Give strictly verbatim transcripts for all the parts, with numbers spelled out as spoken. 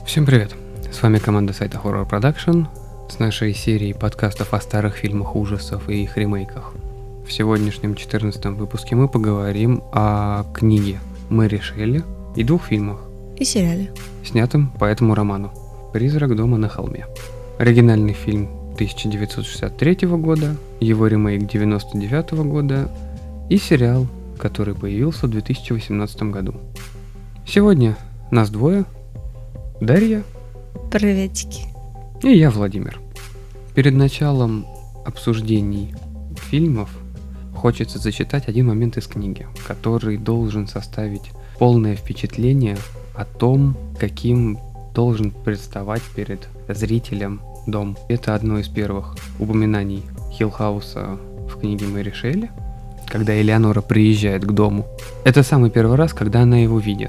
Всем привет! С вами команда сайта Horror Production с нашей серией подкастов о старых фильмах ужасов и их ремейках. В сегодняшнем четырнадцатом выпуске мы поговорим о книге Мэри Шелли и двух фильмах и сериале, снятым по этому роману «Призрак дома на холме». Оригинальный фильм тысяча девятьсот шестьдесят третьего года, его ремейк девяносто девятого года и сериал, который появился в две тысячи восемнадцатом году. Сегодня нас двое. Дарья. Приветики. И я, Владимир. Перед началом обсуждений фильмов хочется зачитать один момент из книги, который должен составить полное впечатление о том, каким должен представать перед зрителем дом. Это одно из первых упоминаний Хилл-хауса в книге Мэри Шелли, когда Элеонора приезжает к дому. Это самый первый раз, когда она его видит.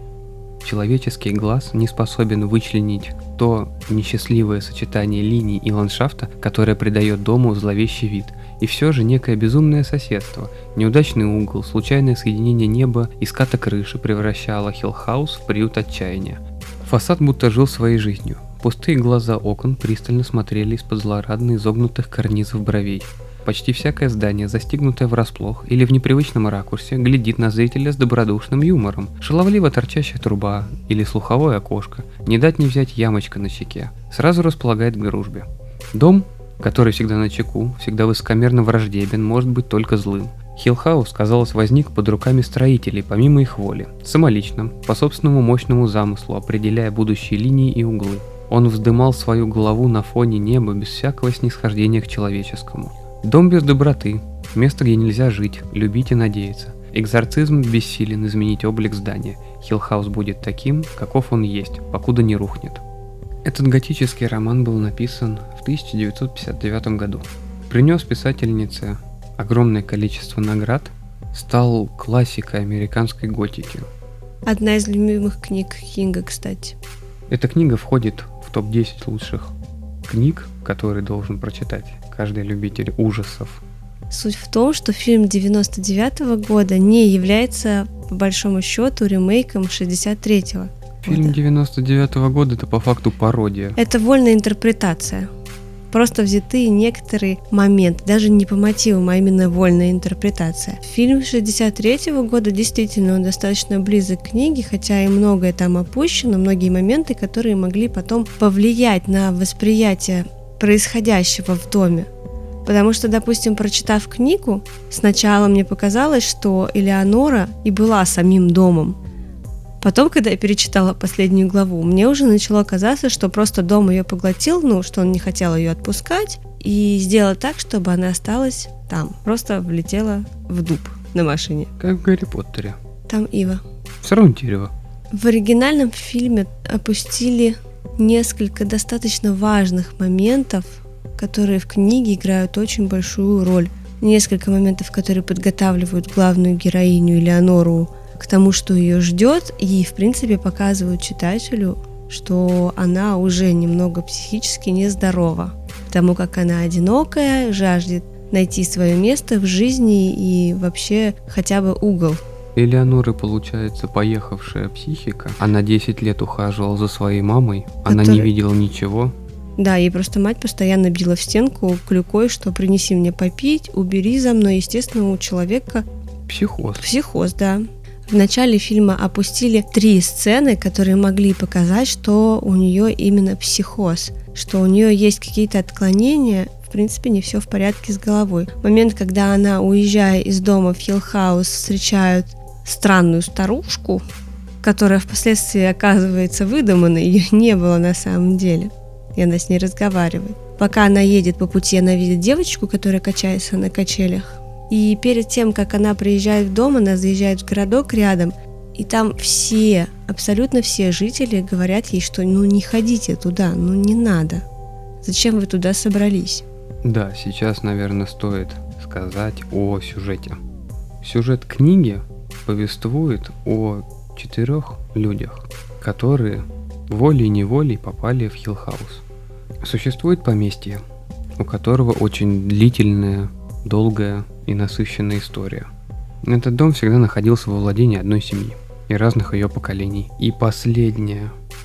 Человеческий глаз не способен вычленить то несчастливое сочетание линий и ландшафта, которое придает дому зловещий вид. И все же некое безумное соседство, неудачный угол, случайное соединение неба и ската крыши превращало Хилл-хаус в приют отчаяния. Фасад будто жил своей жизнью. Пустые глаза окон пристально смотрели из-под злорадно изогнутых карнизов бровей. Почти всякое здание, застигнутое врасплох или в непривычном ракурсе, глядит на зрителя с добродушным юмором. Шаловливо торчащая труба или слуховое окошко, не дать не взять ямочка на щеке, сразу располагает к дружбе. Дом, который всегда на чеку, всегда высокомерно враждебен, может быть только злым. Хилл-хаус, казалось, возник под руками строителей, помимо их воли, самолично, по собственному мощному замыслу, определяя будущие линии и углы. Он вздымал свою голову на фоне неба без всякого снисхождения к человеческому. Дом без доброты, место, где нельзя жить, любить и надеяться. Экзорцизм бессилен изменить облик здания. Хилл-хаус будет таким, каков он есть, покуда не рухнет. Этот готический роман был написан в тысяча девятьсот пятьдесят девятом году. Принес писательнице огромное количество наград, стал классикой американской готики. Одна из любимых книг Кинга, кстати. Эта книга входит в топ десять лучших книг, которые должен прочитать каждый любитель ужасов. Суть в том, что фильм девяносто девятого года не является, по большому счету, ремейком шестьдесят третьего. Фильм года. девяносто девятого года — это по факту пародия. Это вольная интерпретация. Просто взяты некоторые моменты, даже не по мотивам, а именно вольная интерпретация. Фильм шестьдесят третьего года действительно он достаточно близок к книге, хотя и многое там опущено, многие моменты, которые могли потом повлиять на восприятие происходящего в доме. Потому что, допустим, прочитав книгу, сначала мне показалось, что Элеонора и была самим домом. Потом, когда я перечитала последнюю главу, мне уже начало казаться, что просто дом ее поглотил, ну, что он не хотел ее отпускать, и сделал так, чтобы она осталась там. Просто влетела в дуб на машине. Как в Гарри Поттере. Там ива. Все равно дерево. В оригинальном фильме опустили несколько достаточно важных моментов, которые в книге играют очень большую роль. Несколько моментов, которые подготавливают главную героиню Элеонору к тому, что ее ждет, и, в принципе, показывают читателю, что она уже немного психически нездорова, потому как она одинокая, жаждет найти свое место в жизни и вообще хотя бы угол. Элеонора, получается, поехавшая психика. Она десять лет ухаживала за своей мамой, она Который... не видела ничего. Да, ей просто мать постоянно била в стенку клюкой, что принеси мне попить, убери за мной. Естественно, у человека... Психоз. Психоз, да. В начале фильма опустили три сцены, которые могли показать, что у нее именно психоз, что у нее есть какие-то отклонения, в принципе, не все в порядке с головой. Момент, когда она, уезжая из дома в Хилл-хаус, встречают странную старушку, которая впоследствии оказывается выдуманной, ее не было на самом деле, и она с ней разговаривает. Пока она едет по пути, она видит девочку, которая качается на качелях. И перед тем, как она приезжает в дом, она заезжает в городок рядом, и там все, абсолютно все жители говорят ей, что ну не ходите туда, ну не надо. Зачем вы туда собрались? Да, сейчас, наверное, стоит сказать о сюжете. Сюжет книги повествует о четырех людях, которые волей-неволей попали в Хилл-хаус. Существует поместье, у которого очень длительная, долгая и насыщенная история. Этот дом всегда находился во владении одной семьи и разных ее поколений. И последняя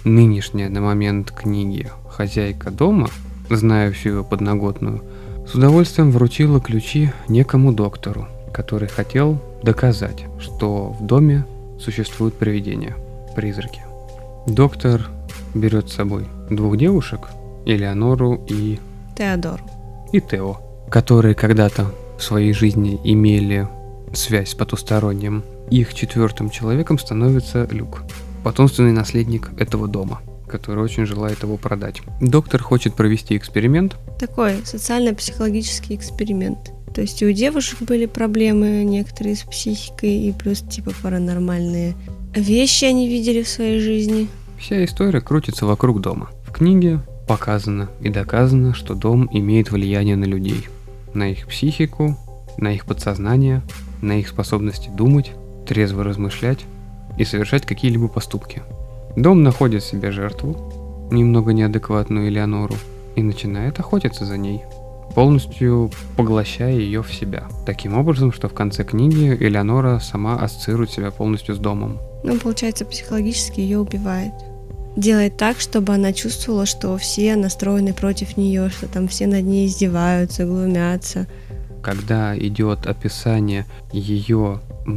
нынешняя на момент книги хозяйка дома, зная всю его подноготную, с удовольствием вручила ключи некому доктору, который хотел доказать, что в доме существуют привидения, призраки. Доктор берет с собой двух девушек, Элеонору и... Теодор. и Тео, которые когда-то в своей жизни имели связь с потусторонним. Их четвертым человеком становится Люк, потомственный наследник этого дома, который очень желает его продать. Доктор хочет провести эксперимент. Такой социально-психологический эксперимент. То есть и у девушек были проблемы некоторые с психикой, и плюс типа паранормальные вещи они видели в своей жизни. Вся история крутится вокруг дома. В книге показано и доказано, что дом имеет влияние на людей, на их психику, на их подсознание, на их способности думать, трезво размышлять и совершать какие-либо поступки. Дом находит себе жертву, немного неадекватную Элеонору, и начинает охотиться за ней, полностью поглощая ее в себя. Таким образом, что в конце книги Элеонора сама ассоциирует себя полностью с домом. Ну, получается, психологически ее убивает. Делает так, чтобы она чувствовала, что все настроены против нее, что там все над ней издеваются, глумятся. Когда идет описание ее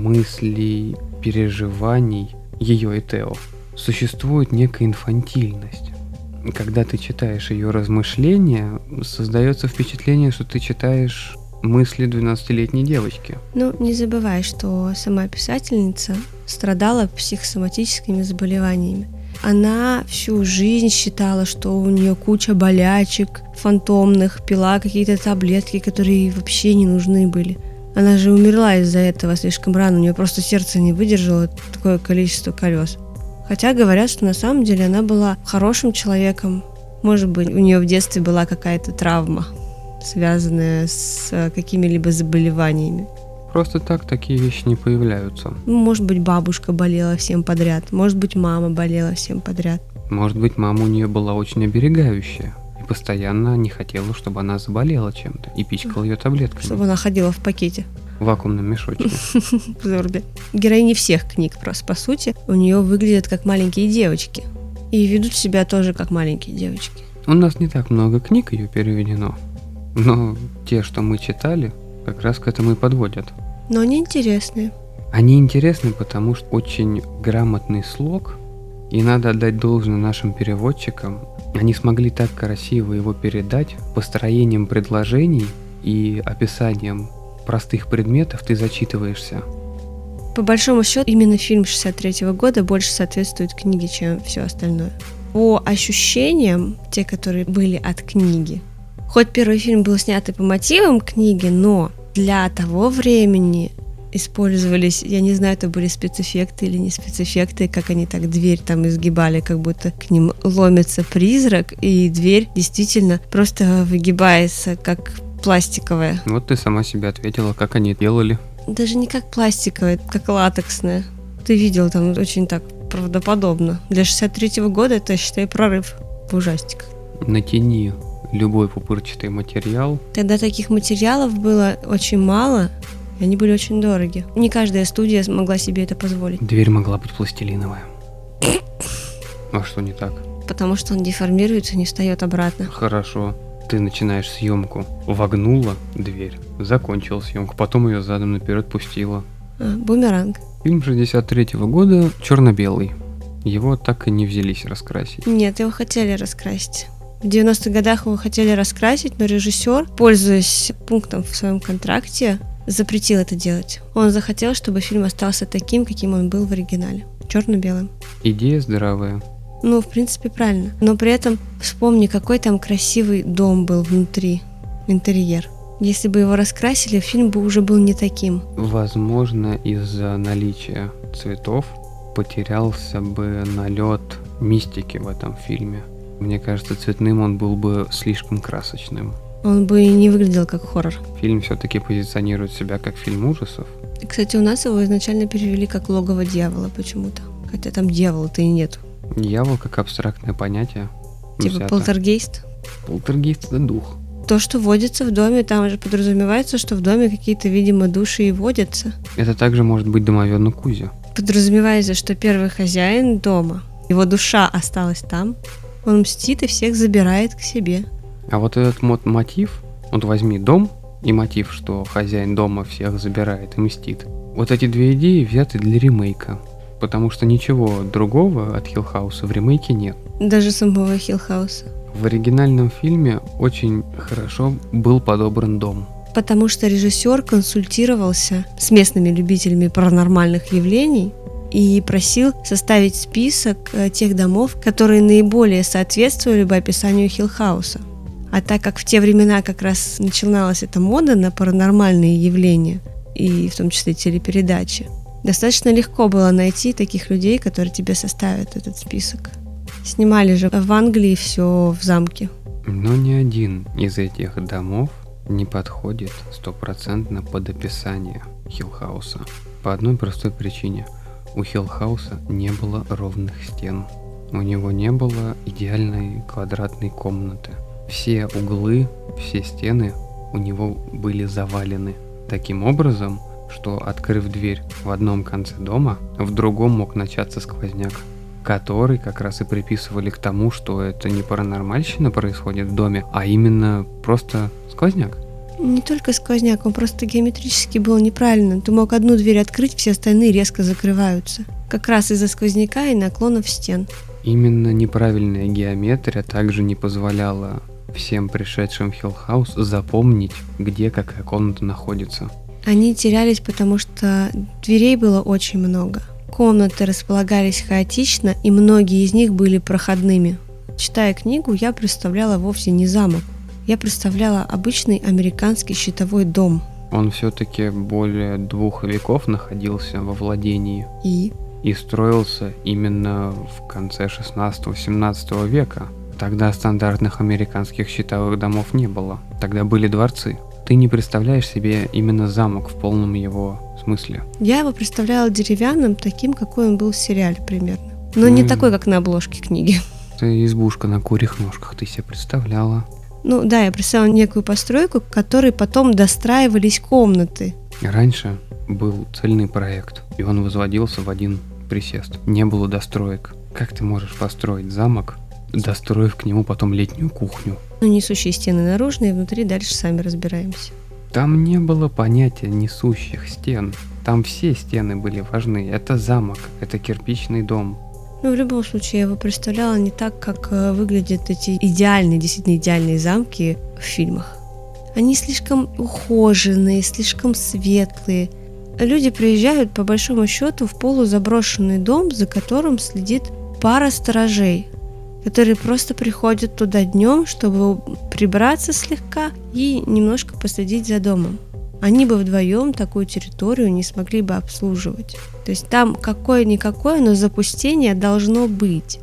мыслей, переживаний, ее и Тео, существует некая инфантильность. Когда ты читаешь ее размышления, создается впечатление, что ты читаешь мысли двенадцатилетней девочки. Ну, не забывай, что сама писательница страдала психосоматическими заболеваниями. Она всю жизнь считала, что у нее куча болячек фантомных, пила какие-то таблетки, которые ей вообще не нужны были. Она же умерла из-за этого слишком рано, у нее просто сердце не выдержало такое количество колес. Хотя говорят, что на самом деле она была хорошим человеком. Может быть, у нее в детстве была какая-то травма, связанная с какими-либо заболеваниями. Просто так такие вещи не появляются. Может быть, бабушка болела всем подряд, может быть, мама болела всем подряд. Может быть, мама у нее была очень оберегающая и постоянно не хотела, чтобы она заболела чем-то и пичкала ее таблетками. Чтобы она ходила в пакете. В вакуумном мешочке. В зорбе. Героини всех книг, просто по сути, у нее выглядят как маленькие девочки. И ведут себя тоже как маленькие девочки. У нас не так много книг ее переведено, но те, что мы читали, как раз к этому и подводят. Но они интересные. Они интересны, потому что очень грамотный слог, и надо отдать должное нашим переводчикам. Они смогли так красиво его передать, построением предложений и описанием простых предметов ты зачитываешься. По большому счету, именно фильм шестьдесят третьего года больше соответствует книге, чем все остальное. По ощущениям, те, которые были от книги, хоть первый фильм был снят и по мотивам книги, но для того времени использовались, я не знаю, это были спецэффекты или не спецэффекты, как они так дверь там изгибали, как будто к ним ломится призрак, и дверь действительно просто выгибается, как пластиковая. Вот ты сама себе ответила, как они делали. Даже не как пластиковая, как латексная. Ты видел, там очень так правдоподобно. Для шестьдесят третьего года это, считай, прорыв в ужастиках. Натяни любой пупырчатый материал. Тогда таких материалов было очень мало, и они были очень дороги. Не каждая студия смогла себе это позволить. Дверь могла быть пластилиновая. А что не так? Потому что он деформируется и не встает обратно. Хорошо. Ты начинаешь съемку, вогнула дверь, закончила съемку, потом ее задом наперед пустила. А, бумеранг. Фильм шестьдесят третьего года черно-белый. Его так и не взялись раскрасить. Нет, его хотели раскрасить. В девяностых годах его хотели раскрасить, но режиссер, пользуясь пунктом в своем контракте, запретил это делать. Он захотел, чтобы фильм остался таким, каким он был в оригинале. Черно-белым. Идея здравая. Ну, в принципе, правильно. Но при этом вспомни, какой там красивый дом был внутри, интерьер. Если бы его раскрасили, фильм бы уже был не таким. Возможно, из-за наличия цветов потерялся бы налет мистики в этом фильме. Мне кажется, цветным он был бы слишком красочным. Он бы и не выглядел как хоррор. Фильм все-таки позиционирует себя как фильм ужасов. И, кстати, у нас его изначально перевели как «Логово дьявола» почему-то. Хотя там дьявола-то и нет. Дьявол как абстрактное понятие. Типа взято. полтергейст? Полтергейст — это дух. То, что водится в доме, там же подразумевается, что в доме какие-то, видимо, души и водятся. Это также может быть домовенок Кузя. Подразумевается, что первый хозяин дома Его душа осталась там. Он мстит и всех забирает к себе. А вот этот мот- мотив, вот возьми дом и мотив, что хозяин дома всех забирает и мстит. Вот эти две идеи взяты для ремейка, потому что ничего другого от Хилл Хауса в ремейке нет. Даже самого Хилл Хауса. В оригинальном фильме очень хорошо был подобран дом. Потому что режиссер консультировался с местными любителями паранормальных явлений и просил составить список тех домов, которые наиболее соответствовали бы описанию Хилл Хауса. А так как в те времена как раз начиналась эта мода на паранормальные явления, и в том числе телепередачи, достаточно легко было найти таких людей, которые тебе составят этот список. Снимали же в Англии все в замке. Но ни один из этих домов не подходит стопроцентно под описание Хилл Хауса. По одной простой причине. У Хилл Хауса не было ровных стен. У него не было идеальной квадратной комнаты. Все углы, все стены у него были завалены таким образом, что, открыв дверь в одном конце дома, в другом мог начаться сквозняк, который как раз и приписывали к тому, что это не паранормальщина происходит в доме, а именно просто сквозняк. Не только сквозняк, он просто геометрически был неправильно. Ты мог одну дверь открыть, все остальные резко закрываются. Как раз из-за сквозняка и наклонов стен. Именно неправильная геометрия также не позволяла всем пришедшим в Хилл Хаус запомнить, где какая комната находится. Они терялись, потому что дверей было очень много. Комнаты располагались хаотично, и многие из них были проходными. Читая книгу, я представляла вовсе не замок. Я представляла обычный американский щитовой дом. Он все-таки более двух веков находился во владении. И? И строился именно в конце шестнадцатого-семнадцатого века. Тогда стандартных американских щитовых домов не было. Тогда были дворцы. Ты не представляешь себе именно замок в полном его смысле. Я его представляла деревянным, таким, какой он был в сериале примерно. Но Mm. не такой, как на обложке книги. Ты избушка на курьих ножках, ты себе представляла. Ну да, я представила некую постройку, к которой потом достраивались комнаты. Раньше был цельный проект, и он возводился в один присест. Не было достроек. Как ты можешь построить замок, достроив к нему потом летнюю кухню? Ну, несущие стены наружные, внутри дальше сами разбираемся. Там не было понятия несущих стен. Там все стены были важны. Это замок, это кирпичный дом. Ну, в любом случае, я его представляла не так, как э, выглядят эти идеальные, действительно идеальные замки в фильмах. Они слишком ухоженные, слишком светлые. Люди приезжают, по большому счету, в полузаброшенный дом, за которым следит пара сторожей, которые просто приходят туда днем, чтобы прибраться слегка и немножко последить за домом. Они бы вдвоем такую территорию не смогли бы обслуживать. То есть там какое-никакое, но запустение должно быть.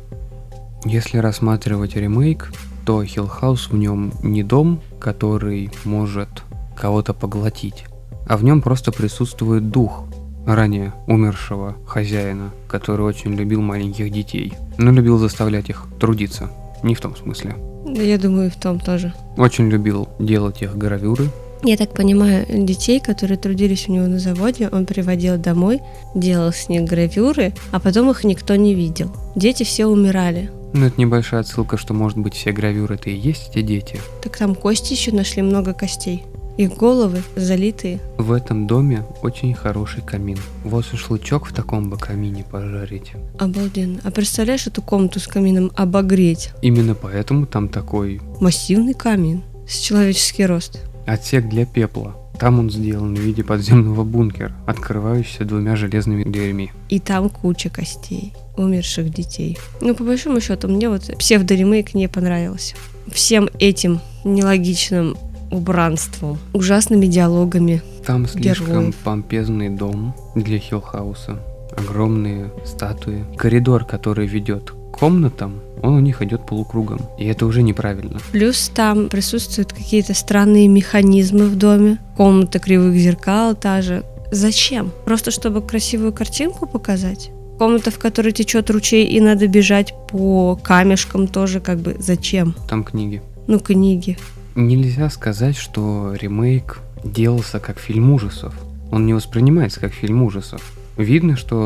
Если рассматривать ремейк, то Хилл Хаус в нем не дом, который может кого-то поглотить, а в нем просто присутствует дух ранее умершего хозяина, который очень любил маленьких детей, но любил заставлять их трудиться. Не в том смысле. Да, я думаю, в том тоже. Очень любил делать их гравюры. Я так понимаю, детей, которые трудились у него на заводе, он приводил домой, делал с них гравюры, а потом их никто не видел. Дети все умирали. Ну, это небольшая отсылка, что, может быть, все гравюры-то и есть эти дети. Так там кости еще нашли, много костей. Их головы залитые. В этом доме очень хороший камин. Вот шашлычок в таком бы камине пожарить. Обалденно. А представляешь эту комнату с камином обогреть? Именно поэтому там такой Массивный камин с человеческий рост. отсек для пепла. Там он сделан в виде подземного бункера, открывающийся двумя железными дверьми. И там куча костей умерших детей. Ну, по большому счету, мне вот псевдоремейк не понравился. Всем этим нелогичным убранством, ужасными диалогами. Там слишком героев. помпезный дом для Хилл Хауса. Огромные статуи. Коридор, который ведет к комнатам, он у них идет полукругом. И это уже неправильно. Плюс там присутствуют какие-то странные механизмы в доме. Комната кривых зеркал та же. Зачем? Просто чтобы красивую картинку показать? Комната, в которой течет ручей и надо бежать по камешкам тоже как бы зачем? Там книги. Ну, книги. Нельзя сказать, что ремейк делался как фильм ужасов. Он не воспринимается как фильм ужасов. Видно, что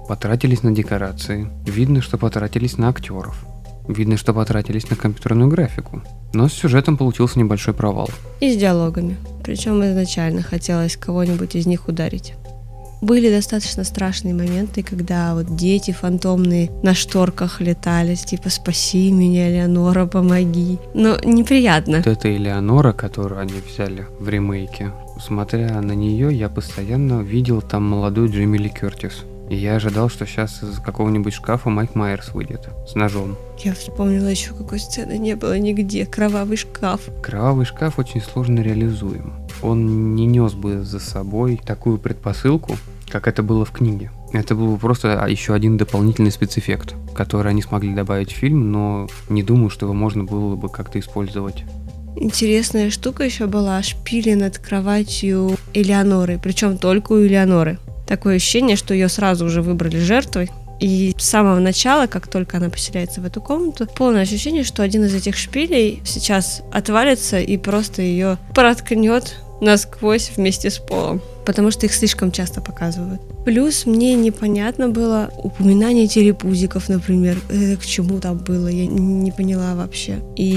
Потратились на декорации. Видно, что потратились на актеров. Видно, что потратились на компьютерную графику. Но с сюжетом получился небольшой провал. И с диалогами. Причем изначально хотелось кого-нибудь из них ударить. Были достаточно страшные моменты, когда вот дети фантомные на шторках летали, типа «Спаси меня, Элеонора, помоги». Но неприятно. Вот эта Элеонора, которую они взяли в ремейке, смотря на нее, я постоянно видел там молодую Джейми Ли Кертис. И я ожидал, что сейчас из какого-нибудь шкафа Майк Майерс выйдет с ножом. Я вспомнила еще, какой сцены не было нигде. Кровавый шкаф. Кровавый шкаф очень сложно реализуем. Он не нес бы за собой такую предпосылку, как это было в книге. Это был бы просто еще один дополнительный спецэффект, который они смогли добавить в фильм, но не думаю, что его можно было бы как-то использовать. Интересная штука еще была шпили над кроватью Элеоноры, причем только у Элеоноры. Такое ощущение, что ее сразу уже выбрали жертвой. И с самого начала, как только она поселяется в эту комнату, полное ощущение, что один из этих шпилей сейчас отвалится и просто ее проткнет насквозь вместе с полом. Потому что их слишком часто показывают. Плюс мне непонятно было упоминание телепузиков, например. Это к чему там было, я не поняла вообще.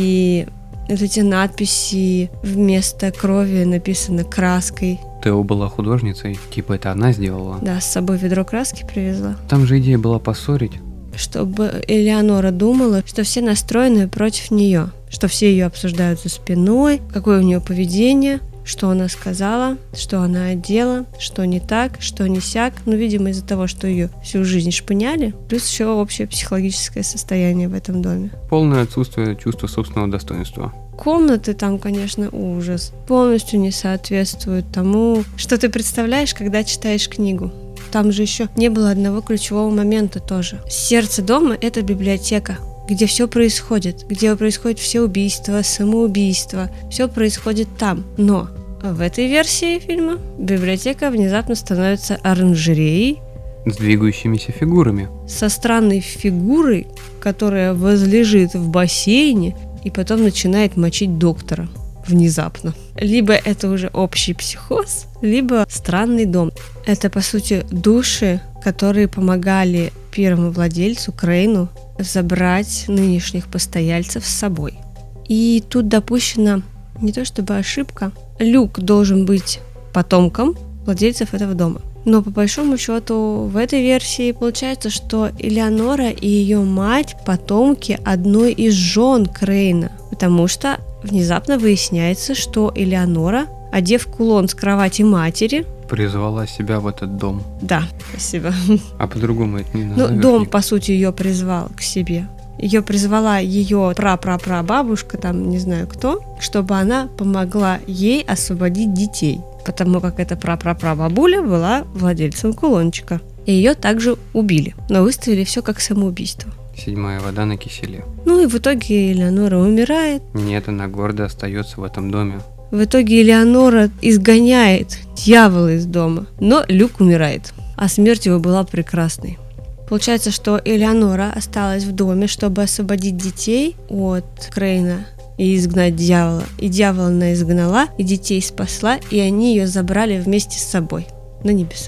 И вот эти надписи вместо крови написано краской. Тео была художницей, типа это она сделала. Да, с собой ведро краски привезла. Там же идея была поссорить. Чтобы Элеонора думала, что все настроены против нее, что все ее обсуждают за спиной, какое у нее поведение, что она сказала, что она одела, что не так, что не сяк. Ну, видимо, из-за того, что ее всю жизнь шпыняли, плюс еще общее психологическое состояние в этом доме. Полное отсутствие чувства собственного достоинства. Комнаты там, конечно, ужас. Полностью не соответствуют тому, что ты представляешь, когда читаешь книгу. Там же еще не было одного ключевого момента тоже. Сердце дома — это библиотека, где все происходит, где происходят все убийства, самоубийства. Все происходит там. Но в этой версии фильма библиотека внезапно становится оранжереей с двигающимися фигурами. Со странной фигурой, которая возлежит в бассейне и потом начинает мочить доктора внезапно. Либо это уже общий психоз, либо странный дом. Это, по сути, души, которые помогали первому владельцу, Крейну, забрать нынешних постояльцев с собой. И тут допущена не то чтобы ошибка. Люк должен быть потомком владельцев этого дома. Но по большому счету в этой версии получается, что Элеонора и ее мать потомки одной из жен Крейна, потому что внезапно выясняется, что Элеонора, одев кулон с кровати матери, призвала себя в этот дом. Да, спасибо. А по-другому это не назовешь. Ну, дом, никак. По сути, ее призвал к себе. Ее призвала ее пра-пра-пра-бабушка, там не знаю кто, чтобы она помогла ей освободить детей, потому как эта пра-пра-пра-бабуля была владельцем кулончика. И ее также убили, но выставили все как самоубийство. Седьмая вода на киселе. Ну и в итоге Элеонора умирает. Нет, она гордо остается в этом доме. В итоге Элеонора изгоняет дьявола из дома, но Люк умирает, а смерть его была прекрасной. Получается, что Элеонора осталась в доме, чтобы освободить детей от Крейна и изгнать дьявола. И дьявола она изгнала, и детей спасла, и они ее забрали вместе с собой на небеса.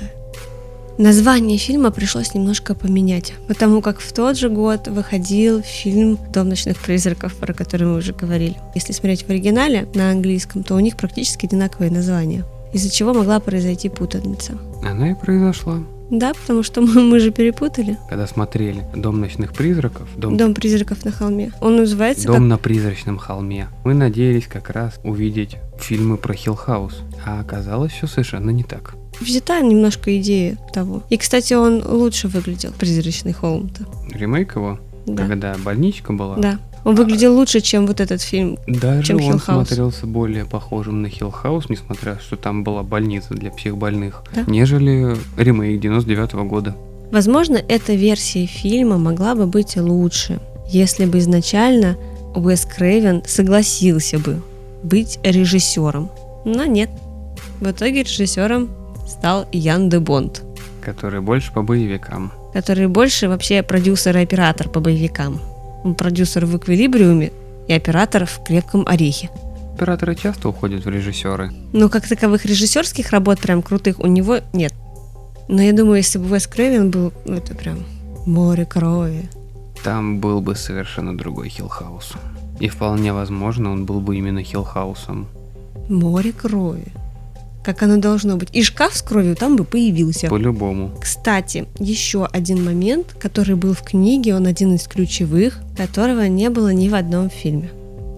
Название фильма пришлось немножко поменять, потому как в тот же год выходил фильм «Дом ночных призраков», про который мы уже говорили. Если смотреть в оригинале на английском, то у них практически одинаковые названия, из-за чего могла произойти путаница. Она и произошла. Да, потому что мы, мы же перепутали. Когда смотрели «Дом ночных призраков», «Дом, Дом призраков на холме», он называется «Дом как... на призрачном холме», мы надеялись как раз увидеть фильмы про Хилл-хаус, а оказалось все совершенно не так. Взята немножко идея того. И, кстати, он лучше выглядел, «Призрачный холм»-то. Ремейк его? Да. Когда больничка была? Да. Он выглядел лучше, чем вот этот фильм. Даже чем он Хилл-хаус. Смотрелся более похожим на Хилл-хаус, несмотря что там была больница для психбольных, да? нежели ремейк девяносто девятого года. Возможно, эта версия фильма могла бы быть лучше, если бы изначально Уэс Крейвен согласился бы быть режиссером. Но нет. В итоге режиссером стал Ян де Бонд. Который больше по боевикам. Который больше вообще продюсер и оператор по боевикам. Он продюсер в «Эквилибриуме» и оператор в «Крепком орехе». Операторы часто уходят в режиссеры. Но как таковых режиссерских работ прям крутых у него нет. Но я думаю, если бы Уэс Крейвен был, ну это прям море крови. Там был бы совершенно другой Хиллхаус. И вполне возможно, он был бы именно Хиллхаусом. Море крови. Как оно должно быть. И шкаф с кровью там бы появился. По-любому. Кстати, еще один момент, который был в книге, он один из ключевых, которого не было ни в одном фильме.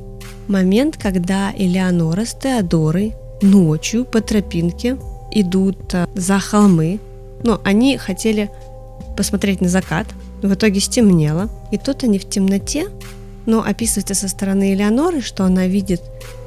Момент, когда Элеонора с Теодорой ночью по тропинке идут за холмы. Ну, они хотели посмотреть на закат, в итоге стемнело, и тут они в темноте, но описывается со стороны Элеоноры, что она видит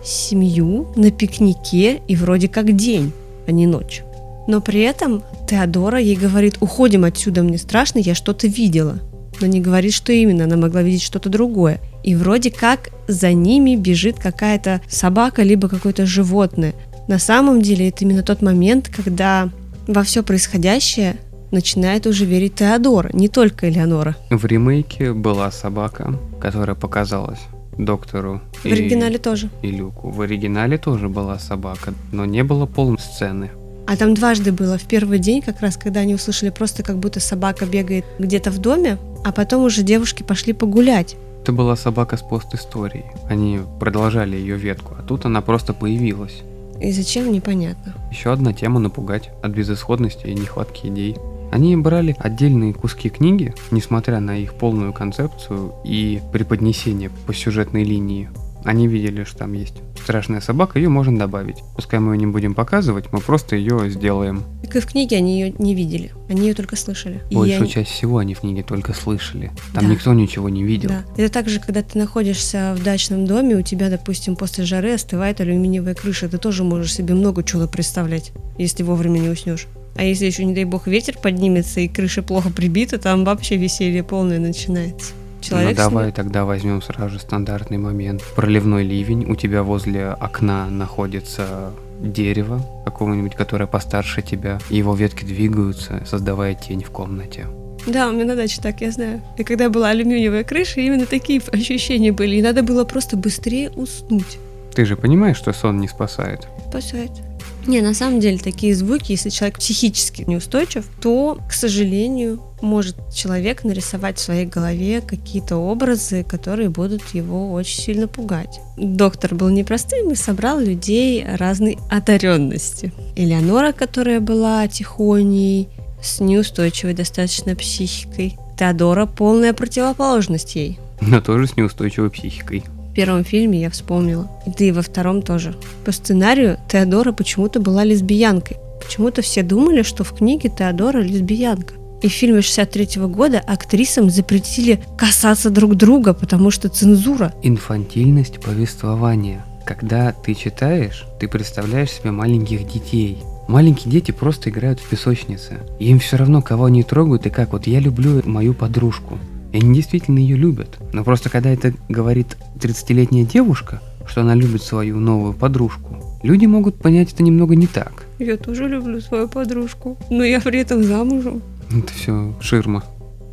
семью на пикнике и вроде как день, а не ночь. Но при этом Теодора ей говорит: уходим отсюда, мне страшно, я что-то видела. Но не говорит, что именно, она могла видеть что-то другое. И вроде как за ними бежит какая-то собака, либо какое-то животное. На самом деле это именно тот момент, когда во все происходящее начинает уже верить Теодора, не только Элеонора. В ремейке была собака, которая показалась доктору. В и, оригинале тоже. И Люку. В оригинале тоже была собака, но не было полной сцены. А там дважды было. В первый день, как раз, когда они услышали просто, как будто собака бегает где-то в доме, а потом уже девушки пошли погулять. Это была собака с пост-историей. Они продолжали ее ветку, а тут она просто появилась. И зачем, непонятно. Еще одна тема — напугать от безысходности и нехватки идей. Они брали отдельные куски книги, несмотря на их полную концепцию и преподнесение по сюжетной линии. Они видели, что там есть страшная собака, ее можно добавить. Пускай мы ее не будем показывать, мы просто ее сделаем. Так и в книге они ее не видели, они ее только слышали. Большую и часть они... всего они в книге только слышали. Там да. никто ничего не видел. Да. Это так же, когда ты находишься в дачном доме, у тебя, допустим, после жары остывает алюминиевая крыша, ты тоже можешь себе много чего представлять, если вовремя не уснешь. А если еще, не дай бог, ветер поднимется и крыша плохо прибита, там вообще веселье полное начинается. Человек ну давай сни... тогда возьмем сразу же стандартный момент. Проливной ливень, у тебя возле окна находится дерево какого-нибудь, которое постарше тебя, и его ветки двигаются, создавая тень в комнате. Да, у меня на даче так, я знаю. И когда была алюминиевая крыша, именно такие ощущения были, и надо было просто быстрее уснуть. Ты же понимаешь, что сон не спасает? Спасает. Не, на самом деле такие звуки, если человек психически неустойчив, то, к сожалению, может человек нарисовать в своей голове какие-то образы, которые будут его очень сильно пугать. Доктор был непростым и собрал людей разной одаренности. Элеонора, которая была тихоней, с неустойчивой достаточно психикой. Теодора — полная противоположность ей. Но тоже с неустойчивой психикой. В первом фильме я вспомнила, да и во втором тоже. По сценарию Теодора почему-то была лесбиянкой. Почему-то все думали, что в книге Теодора лесбиянка. И в фильме шестьдесят третьего года актрисам запретили касаться друг друга, потому что цензура. Инфантильность повествования. Когда ты читаешь, ты представляешь себе маленьких детей. Маленькие дети просто играют в песочнице. И им все равно, кого они трогают и как. Вот я люблю мою подружку. И они действительно ее любят. Но просто когда это говорит тридцатилетняя девушка, что она любит свою новую подружку, люди могут понять это немного не так. Я тоже люблю свою подружку, но я при этом замужем. Это все ширма.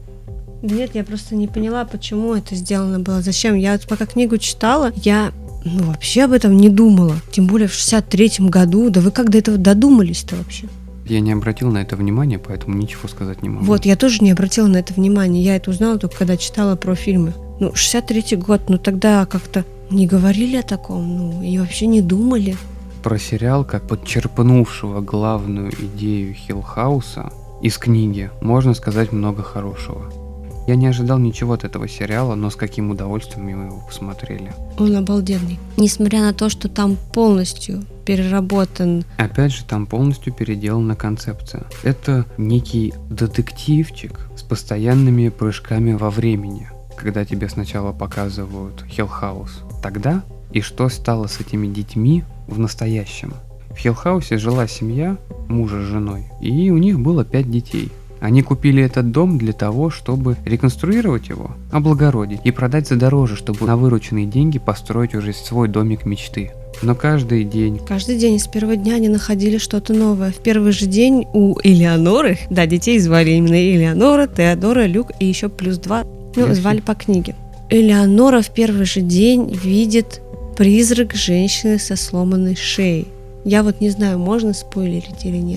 Нет, я просто не поняла, почему это сделано было. Зачем? Я вот пока книгу читала, я ну, вообще об этом не думала. Тем более в шестьдесят третьем году. Да вы как до этого додумались-то вообще? Я не обратил на это внимания, поэтому ничего сказать не могу. Вот, я тоже не обратила на это внимания. Я это узнала только когда читала про фильмы. Ну, шестьдесят третий год, ну тогда как-то не говорили о таком, ну и вообще не думали. Про сериал, как подчерпнувшего главную идею Хиллхауса из книги, можно сказать много хорошего. Я не ожидал ничего от этого сериала, но с каким удовольствием мы его посмотрели. Он обалденный. Несмотря на то, что там полностью переработан... Опять же, там полностью переделана концепция. Это некий детективчик с постоянными прыжками во времени, когда тебе сначала показывают Хиллхаус тогда, и что стало с этими детьми в настоящем. В Хиллхаусе жила семья мужа с женой, и у них было пять детей. Они купили этот дом для того, чтобы реконструировать его, облагородить и продать за дороже, чтобы на вырученные деньги построить уже свой домик мечты. Но каждый день... Каждый день с первого дня они находили что-то новое. В первый же день у Элеоноры, да, детей звали именно Элеонора, Теодора, Люк и еще плюс два, ну, Ясно. Звали по книге. Элеонора в первый же день видит призрак женщины со сломанной шеей. Я вот не знаю, можно спойлерить или нет.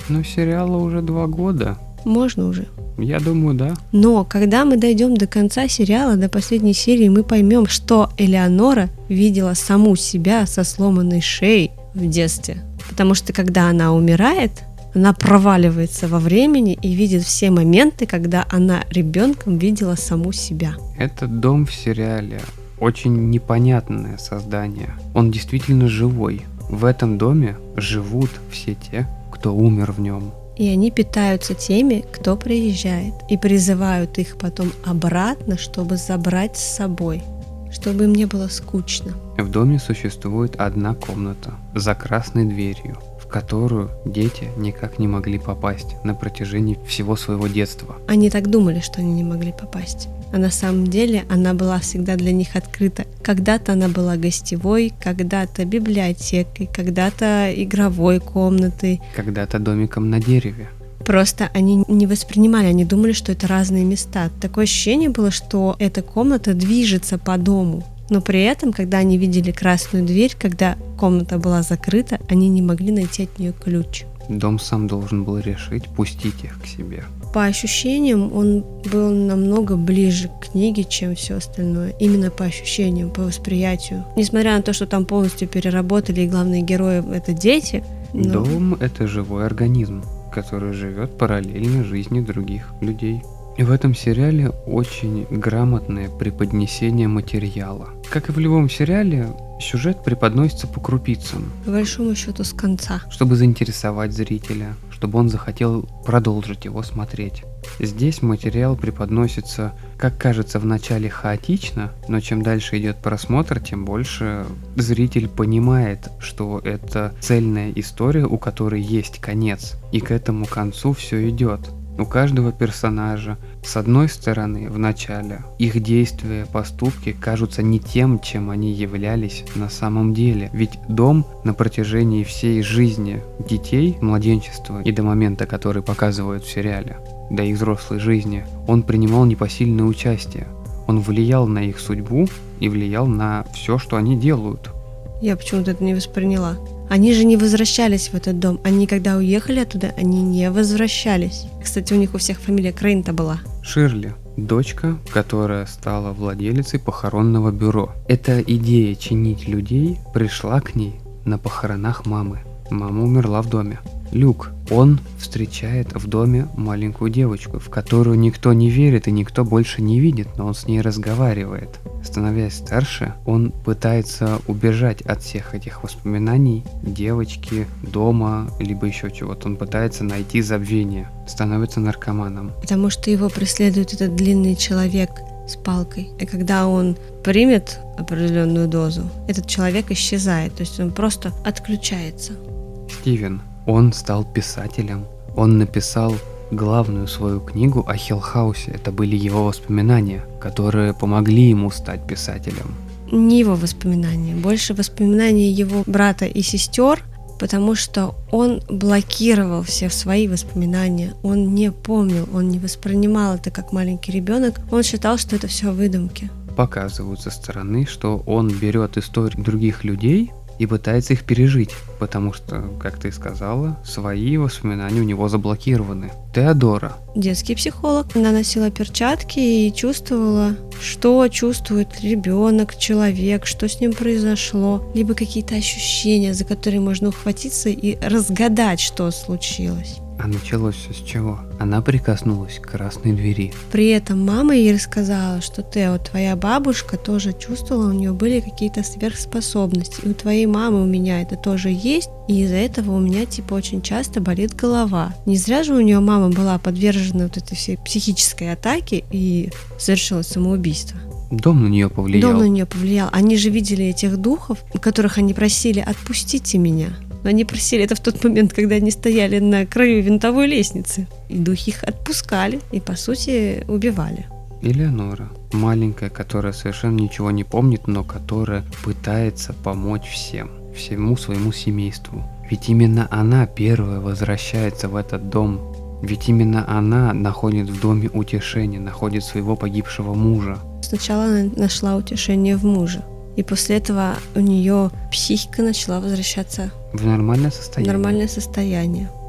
Ну, сериала уже два года. Можно уже. Я думаю, да. Но когда мы дойдем до конца сериала, до последней серии, мы поймем, что Элеонора видела саму себя со сломанной шеей в детстве. Потому что когда она умирает, она проваливается во времени и видит все моменты, когда она ребенком видела саму себя. Этот дом в сериале очень непонятное создание. Он действительно живой. В этом доме живут все те, кто умер в нем. И они питаются теми, кто приезжает, и призывают их потом обратно, чтобы забрать с собой, чтобы им не было скучно. В доме существует одна комната за красной дверью, в которую дети никак не могли попасть на протяжении всего своего детства. Они так думали, что они не могли попасть. А на самом деле она была всегда для них открыта. Когда-то она была гостевой, когда-то библиотекой, когда-то игровой комнатой. Когда-то домиком на дереве. Просто они не воспринимали, они думали, что это разные места. Такое ощущение было, что эта комната движется по дому. Но при этом, когда они видели красную дверь, когда комната была закрыта, они не могли найти от нее ключ. Дом сам должен был решить пустить их к себе. По ощущениям он был намного ближе к книге, чем все остальное. Именно по ощущениям, по восприятию. Несмотря на то, что там полностью переработали, и главные герои — это дети. Но... Дом — это живой организм, который живет параллельно жизни других людей. И в этом сериале очень грамотное преподнесение материала. Как и в любом сериале, сюжет преподносится по крупицам. По большому счету с конца. Чтобы заинтересовать зрителя, чтобы он захотел продолжить его смотреть. Здесь материал преподносится, как кажется, вначале хаотично, но чем дальше идет просмотр, тем больше зритель понимает, что это цельная история, у которой есть конец. И к этому концу все идет. У каждого персонажа, с одной стороны, в начале, их действия, поступки кажутся не тем, чем они являлись на самом деле. Ведь дом на протяжении всей жизни детей, младенчества и до момента, который показывают в сериале, до их взрослой жизни, он принимал непосильное участие. Он влиял на их судьбу и влиял на все, что они делают. Я почему-то это не восприняла. Они же не возвращались в этот дом. Они, когда уехали оттуда, они не возвращались. Кстати, у них у всех фамилия Крейн-то была. Ширли, дочка, которая стала владелицей похоронного бюро. Эта идея чинить людей пришла к ней на похоронах мамы. Мама умерла в доме. Люк, он встречает в доме маленькую девочку, в которую никто не верит и никто больше не видит, но он с ней разговаривает. Становясь старше, он пытается убежать от всех этих воспоминаний девочки, дома, либо еще чего-то. Он пытается найти забвение, становится наркоманом. Потому что его преследует этот длинный человек с палкой. И когда он примет определенную дозу, этот человек исчезает, то есть он просто отключается. Стивен, он стал писателем. Он написал главную свою книгу о Хиллхаусе. Это были его воспоминания, которые помогли ему стать писателем. Не его воспоминания, больше воспоминания его брата и сестер, потому что он блокировал все свои воспоминания. Он не помнил, он не воспринимал это как маленький ребенок. Он считал, что это все выдумки. Показывают со стороны, что он берет истории других людей и пытается их пережить, потому что, как ты сказала, свои воспоминания у него заблокированы. Теодора. Детский психолог. Она носила перчатки и чувствовала, что чувствует ребенок, человек, что с ним произошло, либо какие-то ощущения, за которые можно ухватиться и разгадать, что случилось. А началось все с чего? Она прикоснулась к красной двери. При этом мама ей рассказала, что Тео, твоя бабушка тоже чувствовала, у нее были какие-то сверхспособности. И у твоей мамы у меня это тоже есть, и из-за этого у меня типа очень часто болит голова. Не зря же у нее мама была подвержена вот этой всей психической атаке и совершила самоубийство. Дом на нее повлиял. Дом на нее повлиял. Они же видели этих духов, которых они просили: отпустите меня. Но они просили это в тот момент, когда они стояли на краю винтовой лестницы. И духи их отпускали и, по сути, убивали. Элеонора, маленькая, которая совершенно ничего не помнит, но которая пытается помочь всем, всему своему семейству. Ведь именно она первая возвращается в этот дом. Ведь именно она находит в доме утешение, находит своего погибшего мужа. Сначала она нашла утешение в муже. И после этого у нее психика начала возвращаться в нормальное состояние. нормальное состояние.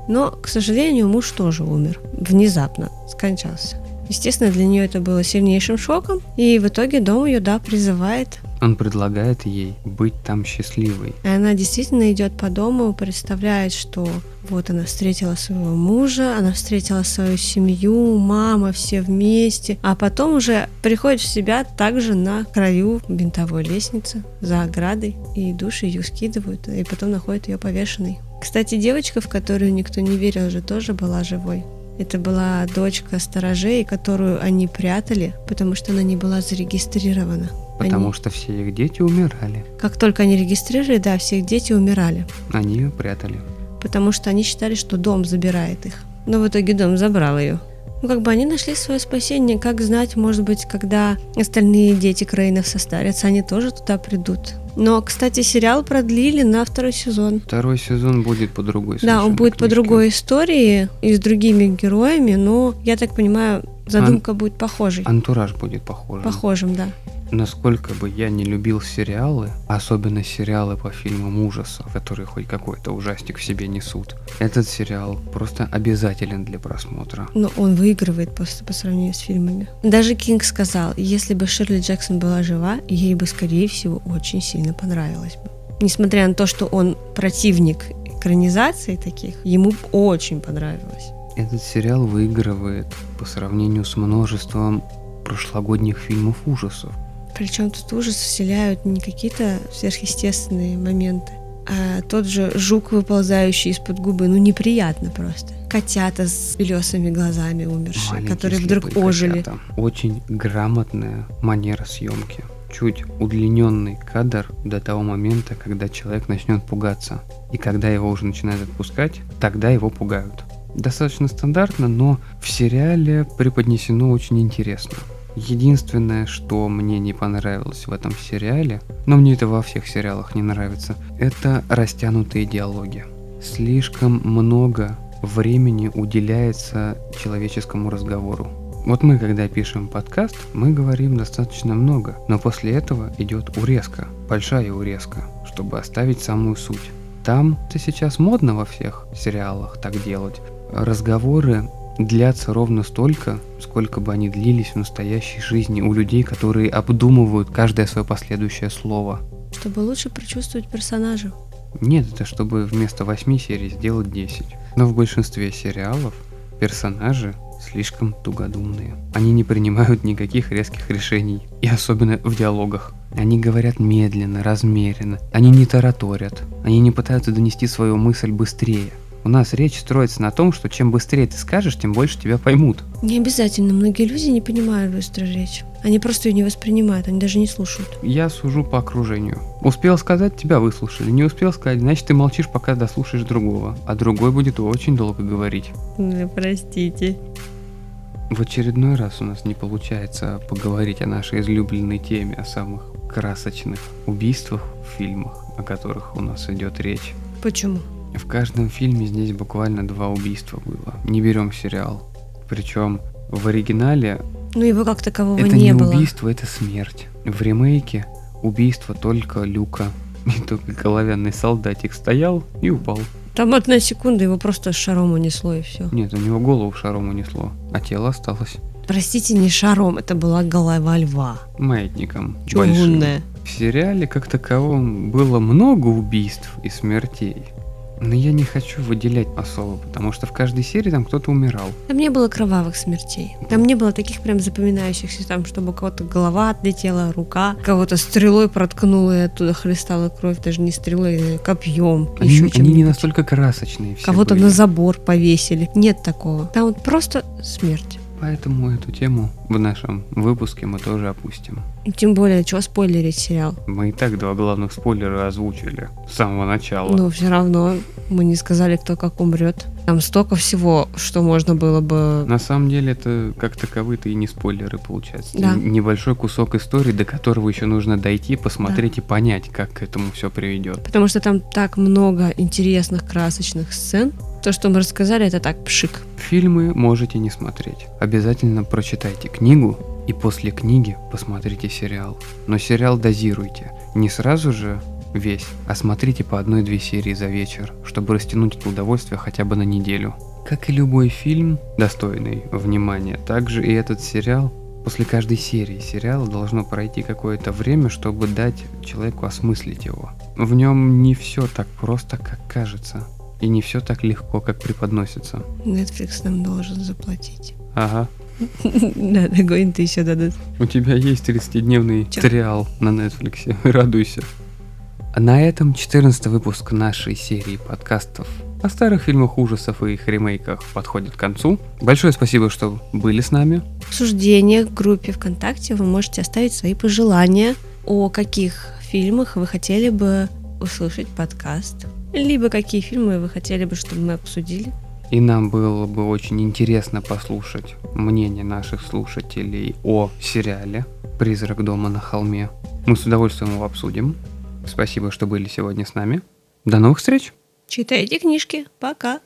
Но, к сожалению, муж тоже умер. Внезапно скончался. Естественно, для нее это было сильнейшим шоком, и в итоге дом ее, да, призывает. Он предлагает ей быть там счастливой. И она действительно идет по дому, представляет, что вот она встретила своего мужа, она встретила свою семью, мама, все вместе, а потом уже приходит в себя также на краю винтовой лестницы, за оградой, и души ее скидывают, и потом находят ее повешенной. Кстати, девочка, в которую никто не верил, же тоже была живой. Это была дочка сторожей, которую они прятали, потому что она не была зарегистрирована. Потому они... что все их дети умирали. Как только они регистрировали, да, все их дети умирали. Они ее прятали. Потому что они считали, что дом забирает их. Но в итоге дом забрал ее. Ну, как бы они нашли свое спасение. Как знать, может быть, когда остальные дети Крейнов состарятся, они тоже туда придут. Но, кстати, сериал продлили на второй сезон. Второй сезон будет по другой Да, он будет книжке. по другой истории и с другими героями, но, я так понимаю, задумка Ан... будет похожей. Антураж будет похожим. Похожим, да. Насколько бы я не любил сериалы, особенно сериалы по фильмам ужасов, которые хоть какой-то ужастик в себе несут, этот сериал просто обязателен для просмотра. Но он выигрывает просто по сравнению с фильмами. Даже Кинг сказал, если бы Ширли Джексон была жива, ей бы, скорее всего, очень сильно понравилось бы. Несмотря на то, что он противник экранизаций таких, ему очень понравилось. Этот сериал выигрывает по сравнению с множеством прошлогодних фильмов ужасов. Причем тут ужас вселяют не какие-то сверхъестественные моменты, а тот же жук, выползающий из-под губы, ну неприятно просто. Котята с белесыми глазами умершие, Маленькие которые вдруг ожили. Котята. Очень грамотная манера съемки. Чуть удлиненный кадр до того момента, когда человек начнет пугаться. И когда его уже начинают отпускать, тогда его пугают. Достаточно стандартно, но в сериале преподнесено очень интересно. Единственное, что мне не понравилось в этом сериале, но мне это во всех сериалах не нравится, это растянутые диалоги. Слишком много времени уделяется человеческому разговору. Вот мы, когда пишем подкаст, мы говорим достаточно много, но после этого идет урезка, большая урезка, чтобы оставить самую суть. Там это сейчас модно во всех сериалах так делать. Разговоры длятся ровно столько, сколько бы они длились в настоящей жизни у людей, которые обдумывают каждое свое последующее слово. Чтобы лучше прочувствовать персонажа. Нет, это чтобы вместо восьми серий сделать десять. Но в большинстве сериалов персонажи слишком тугодумные. Они не принимают никаких резких решений, и особенно в диалогах. Они говорят медленно, размеренно, они не тараторят, они не пытаются донести свою мысль быстрее. У нас речь строится на том, что чем быстрее ты скажешь, тем больше тебя поймут. Не обязательно. Многие люди не понимают быструю речь. Они просто ее не воспринимают, они даже не слушают. Я сужу по окружению. Успел сказать, тебя выслушали. Не успел сказать, значит ты молчишь, пока дослушаешь другого. А другой будет очень долго говорить. Ну, простите. В очередной раз у нас не получается поговорить о нашей излюбленной теме, о самых красочных убийствах в фильмах, о которых у нас идет речь. Почему? В каждом фильме здесь буквально два убийства было. Не берем сериал. Причем в оригинале Ну его как такового это не не было. убийство, это смерть. В ремейке убийство только Люка. И только головянный солдатик стоял и упал. Там одна секунда его просто шаром унесло и все. Нет, у него голову шаром унесло, а тело осталось. Простите, не шаром, это была голова льва. Маятником. Чугунная. Большим. В сериале как таковом было много убийств и смертей. Но я не хочу выделять особо, потому что в каждой серии там кто-то умирал. Там не было кровавых смертей. Там не было таких прям запоминающихся, там, чтобы у кого-то голова отлетела, рука, кого-то стрелой проткнула и оттуда хлестала кровь, даже не стрелой, а копьем. Они, еще они чем-нибудь. не настолько красочные все Кого-то были. на забор повесили. Нет такого. Там вот просто смерть. Поэтому эту тему в нашем выпуске мы тоже опустим. И тем более, чего спойлерить сериал. Мы и так два главных спойлера озвучили с самого начала. Но все равно мы не сказали, кто как умрет. Там столько всего, что можно было бы... На самом деле это как таковые-то и не спойлеры получается. Да. Небольшой кусок истории, до которого еще нужно дойти, посмотреть Да. и понять, как к этому все приведет. Потому что там так много интересных, красочных сцен. То, что мы рассказали, это так пшик. Фильмы можете не смотреть. Обязательно прочитайте книгу и после книги посмотрите сериал. Но сериал дозируйте. Не сразу же весь, а смотрите по одной-две серии за вечер, чтобы растянуть это удовольствие хотя бы на неделю. Как и любой фильм, достойный внимания, также и этот сериал. После каждой серии сериала должно пройти какое-то время, чтобы дать человеку осмыслить его. В нем не все так просто, как кажется. И не все так легко, как преподносится. Netflix нам должен заплатить. Ага. Да, догонит еще дадут. У тебя есть тридцатидневный Чё? сериал на Netflix. Радуйся. А на этом четырнадцатый выпуск нашей серии подкастов о старых фильмах ужасов и их ремейках подходит к концу. Большое спасибо, что были с нами. В обсуждениях в группе ВКонтакте вы можете оставить свои пожелания, о каких фильмах вы хотели бы услышать подкаст, либо какие фильмы вы хотели бы, чтобы мы обсудили. И нам было бы очень интересно послушать мнение наших слушателей о сериале «Призрак дома на холме». Мы с удовольствием его обсудим. Спасибо, что были сегодня с нами. До новых встреч! Читайте книжки. Пока!